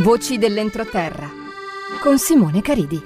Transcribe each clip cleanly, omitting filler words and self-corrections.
Voci dell'entroterra con Simone Caridi.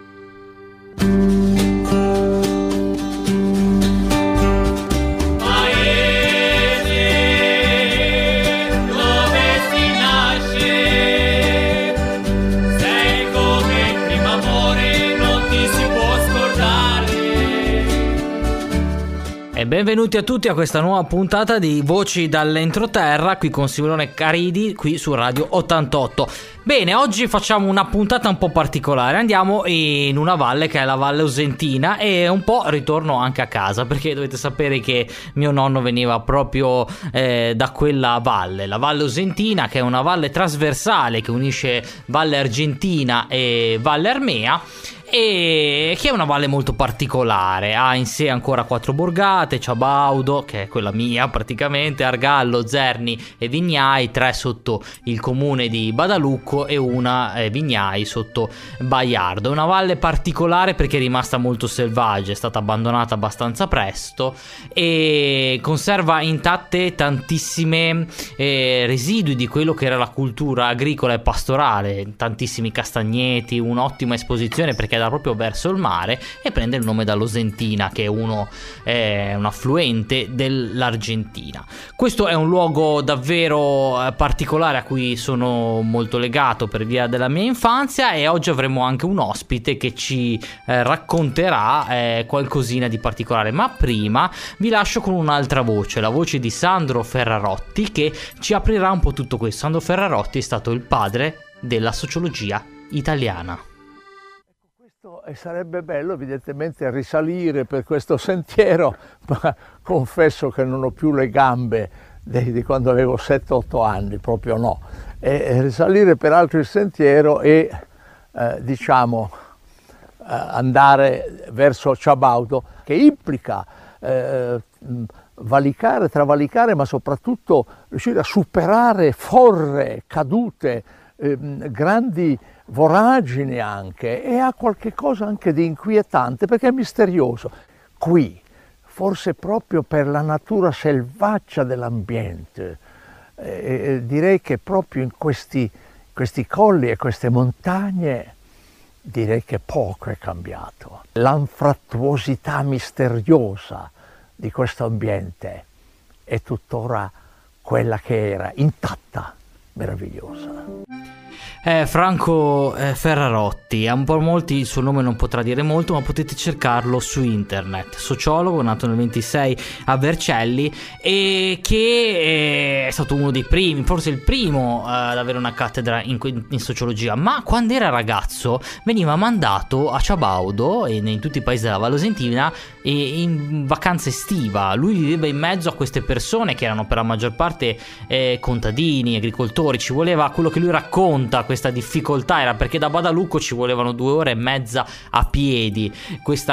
E benvenuti a tutti a questa nuova puntata di Voci dall'entroterra, qui con Simone Caridi, qui su Radio 88. Bene, oggi facciamo una puntata un po' particolare, andiamo in una valle che è la Valle Ausentina e un po' ritorno anche a casa, perché dovete sapere che mio nonno veniva proprio da quella valle, la Valle Ausentina, che è una valle trasversale che unisce Valle Argentina e Valle Armea, e che è una valle molto particolare. Ha in sé ancora 4 borgate: Ciabaudo, che è quella mia praticamente, Argallo, Zerni e Vignai, 3 sotto il comune di Badalucco e una Vignai sotto Baiardo. È una valle particolare perché è rimasta molto selvaggia, è stata abbandonata abbastanza presto e conserva intatte tantissime residui di quello che era la cultura agricola e pastorale, tantissimi castagneti, un'ottima esposizione perché da proprio verso il mare, e prende il nome dall'Ausentina, che è un affluente dell'Argentina. Questo è un luogo davvero particolare a cui sono molto legato per via della mia infanzia, e oggi avremo anche un ospite che ci racconterà qualcosina di particolare. Ma prima vi lascio con un'altra voce, la voce di Sandro Ferrarotti, che ci aprirà un po' tutto questo. Sandro Ferrarotti è stato il padre della sociologia italiana. E sarebbe bello evidentemente risalire per questo sentiero, ma confesso che non ho più le gambe di quando avevo 7-8 anni, proprio no. E risalire peraltro il sentiero e andare verso Ciabaudo, che implica travalicare, ma soprattutto riuscire a superare forre, cadute, grandi voragini anche, e ha qualche cosa anche di inquietante perché è misterioso. Qui, forse proprio per la natura selvaggia dell'ambiente, direi che proprio in questi colli e queste montagne direi che poco è cambiato. L'anfrattuosità misteriosa di questo ambiente è tuttora quella che era, intatta, meravigliosa. Franco Ferrarotti, un po' molti il suo nome non potrà dire molto, ma potete cercarlo su internet. Sociologo, nato nel 26 a Vercelli, e che è stato uno dei primi, forse il primo ad avere una cattedra in sociologia. Ma quando era ragazzo veniva mandato a Ciabaudo e in tutti i paesi della Valle Ausentina in vacanza estiva. Lui viveva in mezzo a queste persone che erano per la maggior parte contadini, agricoltori. Ci voleva, quello che lui racconta, questa difficoltà era perché da Badalucco ci volevano 2 ore e mezza a piedi. Questo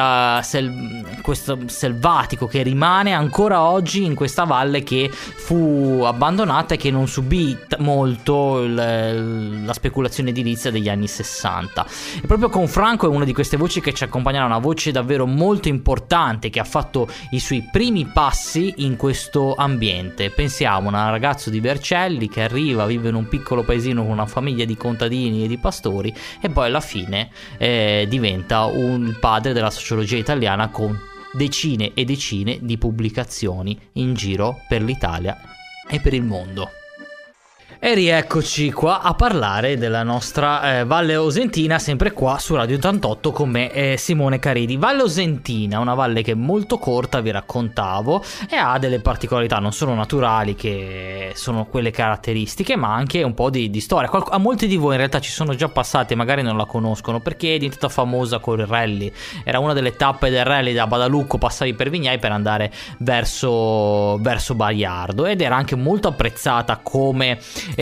selvatico che rimane ancora oggi in questa valle che fu abbandonata e che non subì molto la speculazione edilizia degli anni 60. E proprio con Franco è una di queste voci che ci accompagnerà, una voce davvero molto importante che ha fatto i suoi primi passi in questo ambiente. Pensiamo a un ragazzo di Vercelli che arriva, vive in un piccolo paesino con una famiglia di contadini e di pastori, e poi alla fine diventa un padre della sociologia italiana con decine e decine di pubblicazioni in giro per l'Italia e per il mondo. E rieccoci qua a parlare della nostra Valle Ausentina, sempre qua su Radio 88 con me, Simone Caridi. Valle Ausentina, una valle che è molto corta, vi raccontavo, e ha delle particolarità non solo naturali, che sono quelle caratteristiche, ma anche un po' di storia. A molti di voi in realtà ci sono già passati, magari non la conoscono, perché è diventata famosa con il rally. Era una delle tappe del rally, da Badalucco passavi per Vignai per andare verso Baiardo, ed era anche molto apprezzata come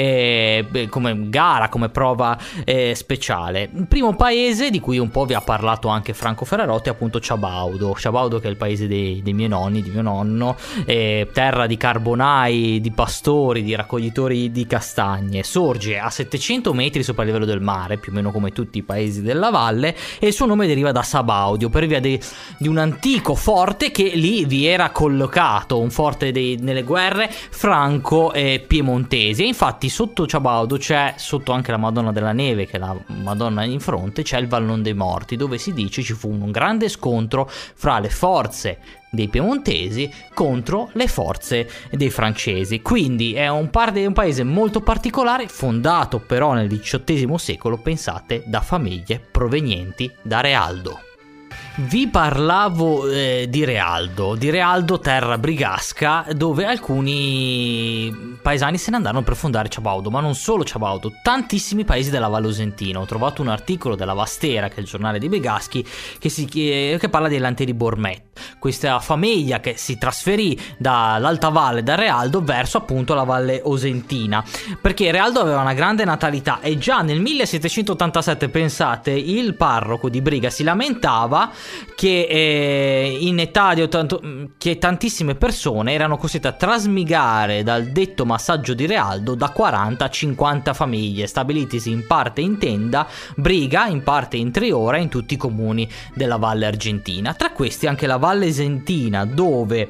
gara, come prova speciale. Il primo paese di cui un po' vi ha parlato anche Franco Ferrarotti è appunto Ciabaudo, che è il paese dei miei nonni, di mio nonno, terra di carbonai, di pastori, di raccoglitori di castagne. Sorge a 700 metri sopra il livello del mare, più o meno come tutti i paesi della valle, e il suo nome deriva da Sabaudio, per via di un antico forte che lì vi era collocato, un forte nelle guerre franco-piemontesi. E infatti infatti sotto Ciabaudo c'è, sotto anche la Madonna della Neve, che è la Madonna in fronte, c'è il Vallon dei Morti, dove si dice ci fu un grande scontro fra le forze dei piemontesi contro le forze dei francesi. Quindi è un paese molto particolare, fondato però nel XVIII secolo, pensate, da famiglie provenienti da Realdo. Vi parlavo di Realdo, terra brigasca, dove alcuni paesani se ne andarono per fondare Ciabaudo, ma non solo Ciabaudo, tantissimi paesi della Valle Osentina. Ho trovato un articolo della Vastera, che è il giornale dei Brigaschi, che parla dei Lanteri Bormet, questa famiglia che si trasferì dall'Alta Valle, da Realdo, verso appunto la Valle Osentina, perché Realdo aveva una grande natalità e già nel 1787, pensate, il parroco di Briga si lamentava che in età di che tantissime persone erano costrette a trasmigrare dal detto massaggio di Realdo da 40 a 50 famiglie, stabilitisi in parte in Tenda, Briga, in parte in Triora, in tutti i comuni della Valle Argentina. Tra questi anche la Valle Esentina, dove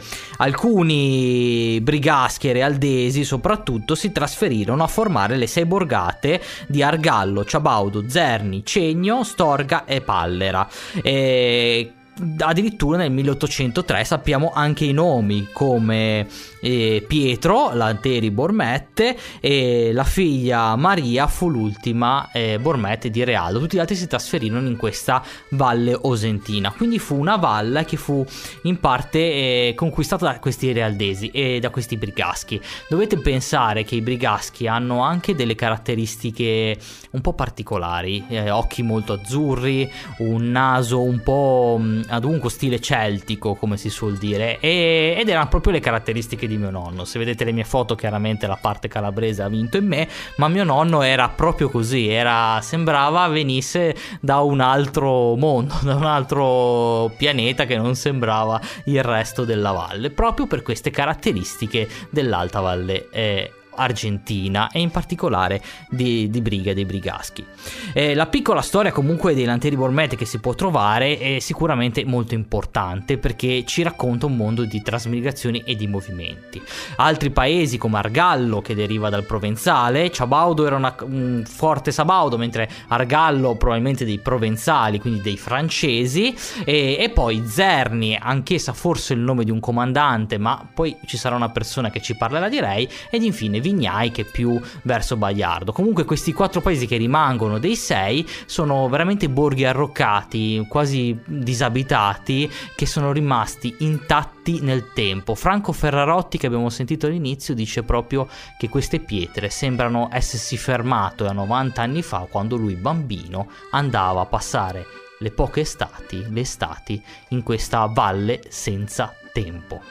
alcuni brigaschi e realdesi soprattutto si trasferirono a formare le 6 borgate di Argallo, Ciabaudo, Zerni, Cegno, Storga e Pallera. Addirittura nel 1803 sappiamo anche i nomi come Pietro, Lanteri Bormette, e la figlia Maria fu l'ultima Bormette di Realdo. Tutti gli altri si trasferirono in questa Valle Osentina, quindi fu una valle che fu in parte conquistata da questi realdesi e da questi brigaschi. Dovete pensare che i brigaschi hanno anche delle caratteristiche un po' particolari, occhi molto azzurri, un naso un po' adunco, stile celtico come si suol dire, ed erano proprio le caratteristiche di mio nonno. Se vedete le mie foto, chiaramente la parte calabrese ha vinto in me, ma mio nonno era proprio così, sembrava venisse da un altro mondo, da un altro pianeta che non sembrava il resto della valle, proprio per queste caratteristiche dell'Alta Valle Argentina e in particolare di Briga, dei brigaschi. La piccola storia comunque dei Lanteri Bormette che si può trovare è sicuramente molto importante, perché ci racconta un mondo di trasmigrazioni e di movimenti. Altri paesi come Argallo, che deriva dal provenzale, Ciabaudo era un forte sabaudo, mentre Argallo probabilmente dei provenzali, quindi dei francesi, e poi Zerni, anch'essa forse il nome di un comandante, ma poi ci sarà una persona che ci parlerà, direi, ed infine Vignai, che è più verso Bagliardo. Comunque questi 4 paesi che rimangono dei 6 sono veramente borghi arroccati, quasi disabitati, che sono rimasti intatti nel tempo. Franco Ferrarotti, che abbiamo sentito all'inizio, dice proprio che queste pietre sembrano essersi fermato a 90 anni fa, quando lui bambino andava a passare le estati in questa valle senza tempo.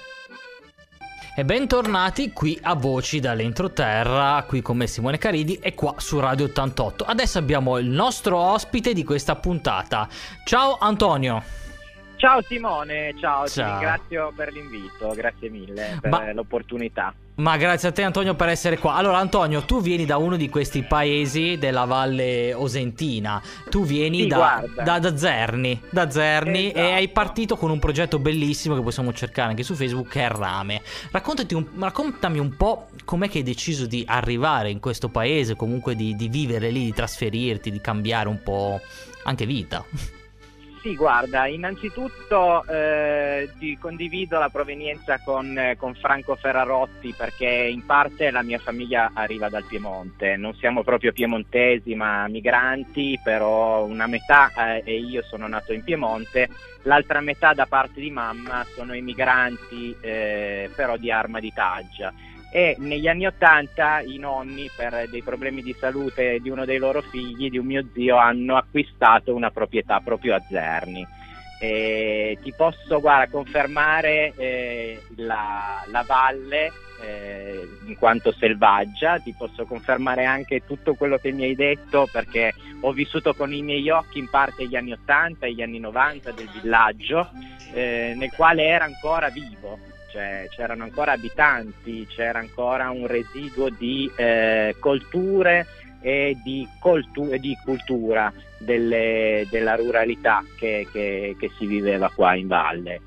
E bentornati qui a Voci dall'entroterra, qui con me Simone Caridi e qua su Radio 88. Adesso abbiamo il nostro ospite di questa puntata. Ciao Antonio. Ciao Simone, ciao. Ti ringrazio per l'invito, grazie mille per l'opportunità. Ma grazie a te Antonio per essere qua. Allora Antonio, tu vieni da uno di questi paesi della Valle Osentina, tu vieni da Zerni, esatto. E hai partito con un progetto bellissimo che possiamo cercare anche su Facebook, che è Rame. Raccontami un po' com'è che hai deciso di arrivare in questo paese, comunque di vivere lì, di trasferirti, di cambiare un po' anche vita. Sì, guarda, innanzitutto condivido la provenienza con Franco Ferrarotti, perché in parte la mia famiglia arriva dal Piemonte. Non siamo proprio piemontesi ma migranti, però una metà e io sono nato in Piemonte, l'altra metà da parte di mamma sono immigranti però di Arma di Taggia. E negli anni '80 i nonni, per dei problemi di salute di uno dei loro figli, di un mio zio, hanno acquistato una proprietà proprio a Zerni. Ti posso confermare la valle in quanto selvaggia, ti posso confermare anche tutto quello che mi hai detto, perché ho vissuto con i miei occhi in parte gli anni '80 e gli anni '90 del villaggio, nel quale era ancora vivo. Cioè, c'erano ancora abitanti, c'era ancora un residuo di colture e di cultura della ruralità che si viveva qua in valle.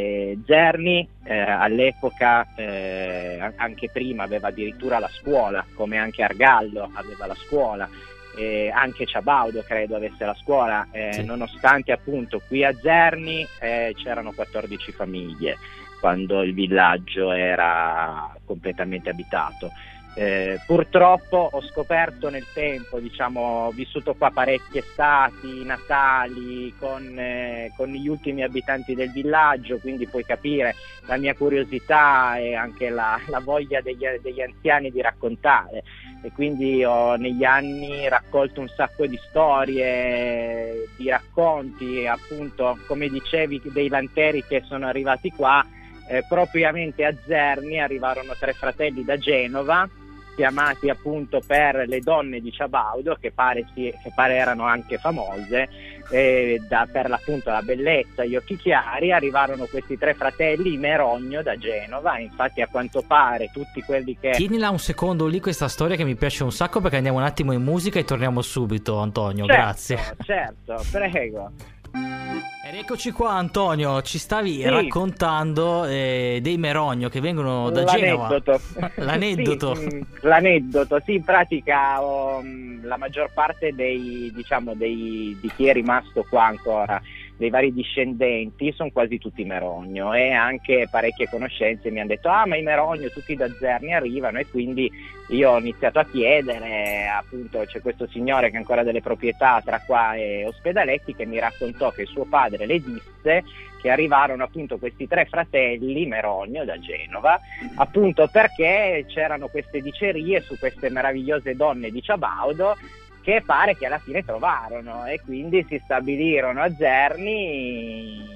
Zerni all'epoca, anche prima, aveva addirittura la scuola, come anche Argallo aveva la scuola, anche Ciabaudo credo avesse la scuola, sì. Nonostante appunto qui a Zerni c'erano 14 famiglie quando il villaggio era completamente abitato. Purtroppo ho scoperto nel tempo, diciamo, ho vissuto qua parecchie estati, Natali con gli ultimi abitanti del villaggio, quindi puoi capire la mia curiosità e anche la voglia degli anziani di raccontare, e quindi ho negli anni raccolto un sacco di storie, di racconti, appunto come dicevi dei lanteri che sono arrivati qua. Propriamente a Zerni arrivarono 3 fratelli da Genova, chiamati appunto per le donne di Ciabaudo, che pare erano anche famose per l'appunto la bellezza, gli occhi chiari. Arrivarono questi 3 fratelli Merogno da Genova, infatti a quanto pare tutti quelli che... Tienila un secondo lì questa storia che mi piace un sacco, perché andiamo un attimo in musica e torniamo subito, Antonio. Certo, grazie. Certo, prego. Ed eccoci qua, Antonio, ci stavi raccontando dei Merogno che vengono da Genova. L'aneddoto. Sì, l'aneddoto, sì, in pratica la maggior parte di chi è rimasto qua ancora, dei vari discendenti, sono quasi tutti Merogno, e anche parecchie conoscenze mi hanno detto ma i Merogno tutti da Zerni arrivano, e quindi io ho iniziato a chiedere. Appunto c'è questo signore che ha ancora delle proprietà tra qua e Ospedaletti, che mi raccontò che suo padre le disse che arrivarono appunto questi 3 fratelli Merogno da Genova, appunto perché c'erano queste dicerie su queste meravigliose donne di Ciabaudo, che pare che alla fine trovarono, e quindi si stabilirono a Zerni,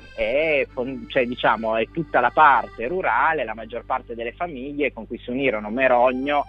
e cioè diciamo è tutta la parte rurale, la maggior parte delle famiglie con cui si unirono Merogno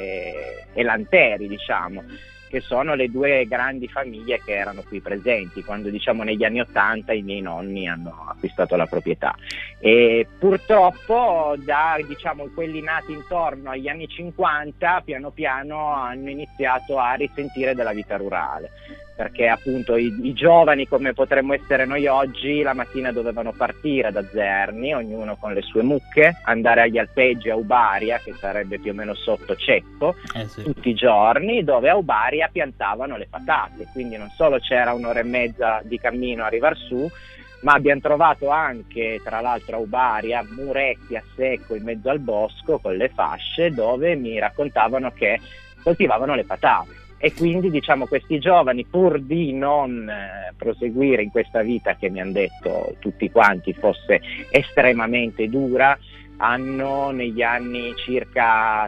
e Lanteri, diciamo, che sono le 2 grandi famiglie che erano qui presenti quando, diciamo, negli anni '80 i miei nonni hanno acquistato la proprietà. E purtroppo diciamo quelli nati intorno agli anni 50 piano piano hanno iniziato a risentire della vita rurale, perché appunto i giovani, come potremmo essere noi oggi, la mattina dovevano partire da Zerni, ognuno con le sue mucche, andare agli alpeggi a Ubaria, che sarebbe più o meno sotto Ceppo, sì. tutti i giorni, dove a Ubaria piantavano le patate, quindi non solo c'era 1 ora e mezza di cammino a arrivar su, ma abbiamo trovato anche, tra l'altro, a Ubaria muretti a secco in mezzo al bosco con le fasce, dove mi raccontavano che coltivavano le patate. E quindi, diciamo, questi giovani, pur di non proseguire in questa vita che mi hanno detto tutti quanti fosse estremamente dura, hanno negli anni circa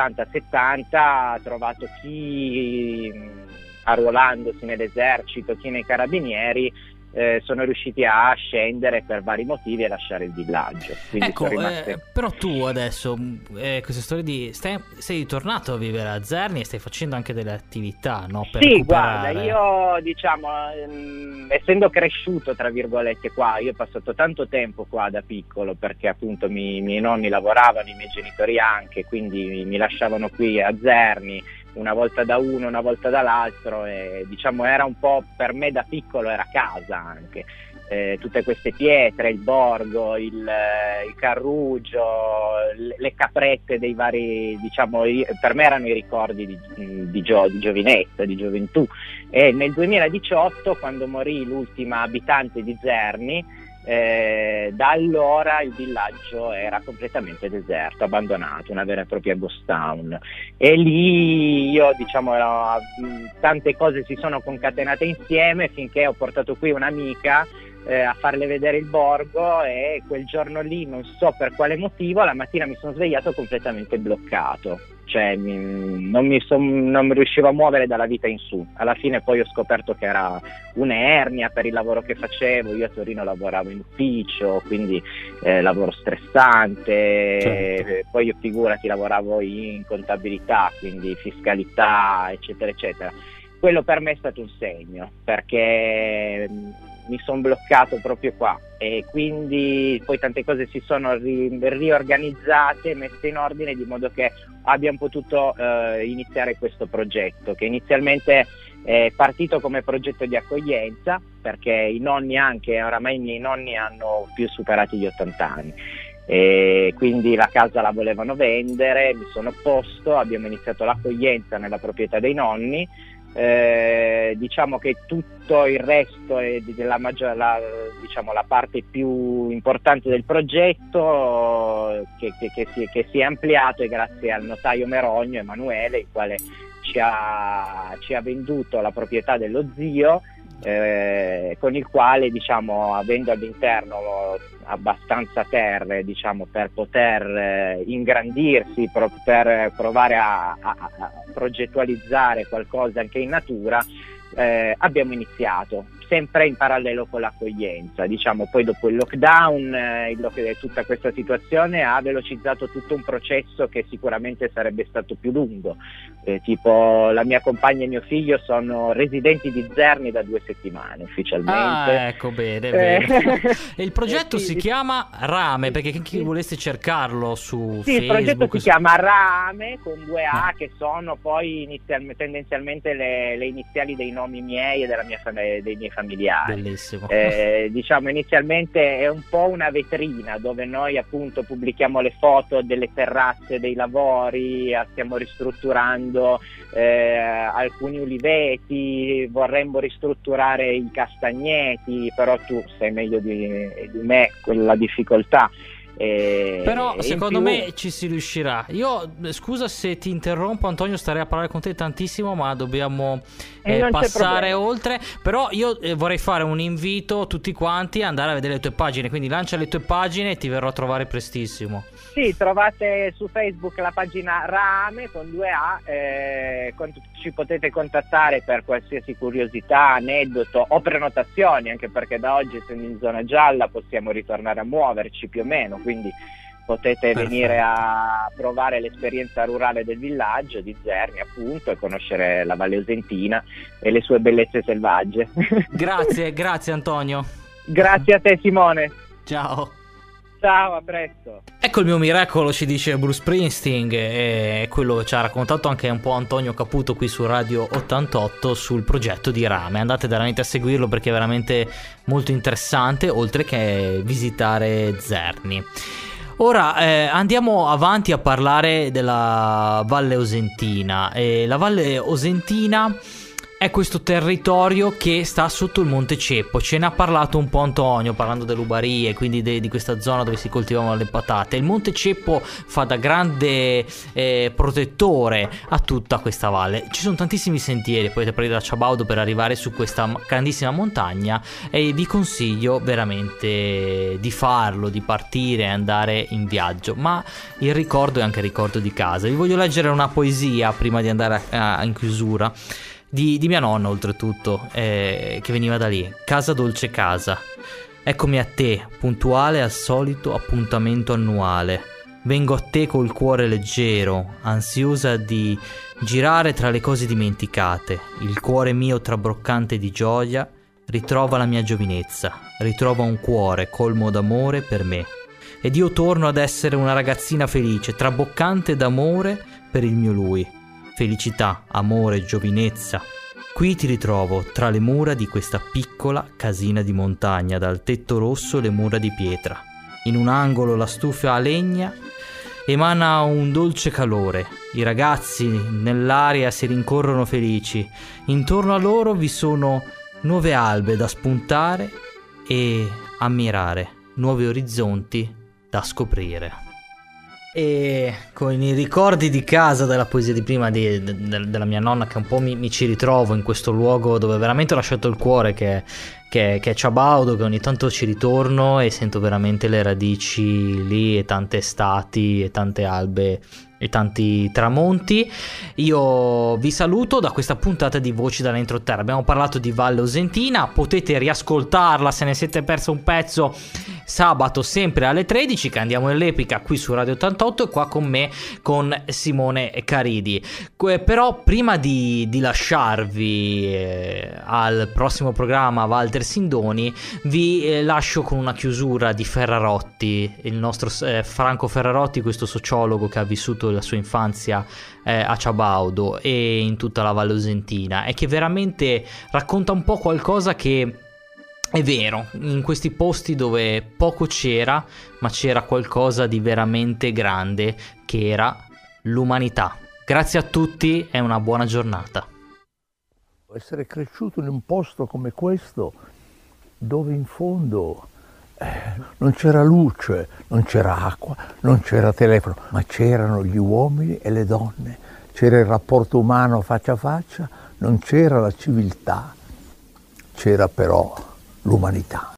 60-70 trovato chi arruolandosi nell'esercito, chi nei carabinieri, sono riusciti a scendere per vari motivi e lasciare il villaggio. Quindi ecco, sono rimaste... però tu adesso queste storie sei tornato a vivere a Zerni e stai facendo anche delle attività, no? Per sì, recuperare. Guarda, io diciamo essendo cresciuto tra virgolette qua, io ho passato tanto tempo qua da piccolo, perché appunto i miei nonni lavoravano, i miei genitori anche, quindi mi lasciavano qui a Zerni una volta da uno, una volta dall'altro, e diciamo era un po', per me da piccolo era casa anche. Tutte queste pietre, il borgo, il carrugio, le caprette dei vari, diciamo, per me erano i ricordi di giovinezza, di gioventù. E nel 2018, quando morì l'ultima abitante di Zerni, da allora il villaggio era completamente deserto, abbandonato, una vera e propria ghost town, e lì io, diciamo, tante cose si sono concatenate insieme finché ho portato qui un'amica a farle vedere il borgo, e quel giorno lì, non so per quale motivo, la mattina mi sono svegliato completamente bloccato, cioè non mi riuscivo a muovere dalla vita in su. Alla fine poi ho scoperto che era un'ernia per il lavoro che facevo. Io a Torino lavoravo in ufficio, quindi lavoro stressante, certo. Poi io, figurati, lavoravo in contabilità, quindi fiscalità, eccetera eccetera. Quello per me è stato un segno, perché mi sono bloccato proprio qua, e quindi poi tante cose si sono riorganizzate, messe in ordine, di modo che abbiamo potuto iniziare questo progetto, che inizialmente è partito come progetto di accoglienza, perché i nonni, anche oramai i miei nonni hanno più superati gli 80 anni, e quindi la casa la volevano vendere, mi sono opposto, abbiamo iniziato l'accoglienza nella proprietà dei nonni. Diciamo che tutto il resto è diciamo la parte più importante del progetto, che si è ampliato, e grazie al notaio Merogno, Emanuele, il quale ci ha venduto la proprietà dello zio, con il quale, diciamo, avendo all'interno abbastanza terre, diciamo, per poter ingrandirsi, per provare a progettualizzare qualcosa anche in natura, abbiamo iniziato sempre in parallelo con l'accoglienza. Diciamo, poi dopo il lockdown, tutta questa situazione ha velocizzato tutto un processo che sicuramente sarebbe stato più lungo. Tipo, la mia compagna e mio figlio sono residenti di Zerni da 2 settimane ufficialmente. Ecco, bene. E il progetto si chiama Rame, perché chi volesse cercarlo su Facebook. Il progetto si chiama Rame con 2 A, che sono poi tendenzialmente le iniziali dei nomi miei e dei miei familiari. Bellissimo. Diciamo, inizialmente è un po' una vetrina dove noi appunto pubblichiamo le foto delle terrazze dei lavori, stiamo ristrutturando alcuni uliveti, vorremmo ristrutturare i castagneti, però tu sai meglio di me la difficoltà. Però secondo me ci si riuscirà. Io, scusa se ti interrompo, Antonio, starei a parlare con te tantissimo, ma dobbiamo passare oltre. Però io vorrei fare un invito a tutti quanti a andare a vedere le tue pagine, quindi lancia le tue pagine e ti verrò a trovare prestissimo. Sì, trovate su Facebook la pagina Rame con 2 A, ci potete contattare per qualsiasi curiosità, aneddoto o prenotazioni, anche perché da oggi, essendo in zona gialla, possiamo ritornare a muoverci più o meno, quindi potete venire a provare l'esperienza rurale del villaggio di Zerni, appunto, e conoscere la Valle Osentina e le sue bellezze selvagge. Grazie Antonio. Grazie a te, Simone. Ciao, a presto. Ecco il mio miracolo, ci dice Bruce Springsteen, e quello che ci ha raccontato anche un po' Antonio Caputo qui su Radio 88 sul progetto di Rame. Andate veramente a seguirlo perché è veramente molto interessante, oltre che visitare Zerni. Ora andiamo avanti a parlare della Valle Osentina. La Valle Osentina è questo territorio che sta sotto il Monte Ceppo. Ce ne ha parlato un po' Antonio, parlando delle ubarie, quindi di questa zona dove si coltivavano le patate. Il Monte Ceppo fa da grande protettore a tutta questa valle. Ci sono tantissimi sentieri, potete partire da Ciabaudo per arrivare su questa grandissima montagna, e vi consiglio veramente di farlo, di partire e andare in viaggio. Ma il ricordo è anche il ricordo di casa. Vi voglio leggere una poesia prima di andare in chiusura. Di mia nonna, oltretutto, che veniva da lì. Casa dolce casa, eccomi a te, puntuale al solito appuntamento annuale. Vengo a te col cuore leggero, ansiosa di girare tra le cose dimenticate. Il cuore mio trabroccante di gioia ritrova la mia giovinezza, ritrova un cuore colmo d'amore per me. Ed io torno ad essere una ragazzina felice, traboccante d'amore per il mio lui. Felicità, amore, giovinezza, qui ti ritrovo tra le mura di questa piccola casina di montagna, dal tetto rosso le mura di pietra. In un angolo la stufa a legna emana un dolce calore. I ragazzi nell'aria si rincorrono felici. Intorno a loro vi sono nuove albe da spuntare e ammirare, nuovi orizzonti da scoprire. E con i ricordi di casa, della poesia di prima della mia nonna, che un po' mi ci ritrovo in questo luogo dove veramente ho lasciato il cuore, che è Ciabaudo, che ogni tanto ci ritorno e sento veramente le radici lì, e tante estati e tante albe e tanti tramonti. Io vi saluto da questa puntata di Voci dall'entroterra. Abbiamo parlato di Valle Osentina, potete riascoltarla se ne siete perso un pezzo sabato sempre alle 13 che andiamo nell'epica qui su Radio 88 e qua con me, con Simone Caridi. Però prima di lasciarvi al prossimo programma Walter Sindoni, vi lascio con una chiusura di Ferrarotti, il nostro Franco Ferrarotti, questo sociologo che ha vissuto la sua infanzia a Ciabaudo e in tutta la Valle Ausentina, e che veramente racconta un po' qualcosa che è vero, in questi posti dove poco c'era, ma c'era qualcosa di veramente grande, che era l'umanità. Grazie a tutti e una buona giornata. Essere cresciuto in un posto come questo, dove in fondo non c'era luce, non c'era acqua, non c'era telefono, ma c'erano gli uomini e le donne, c'era il rapporto umano faccia a faccia, non c'era la civiltà, c'era però l'umanità.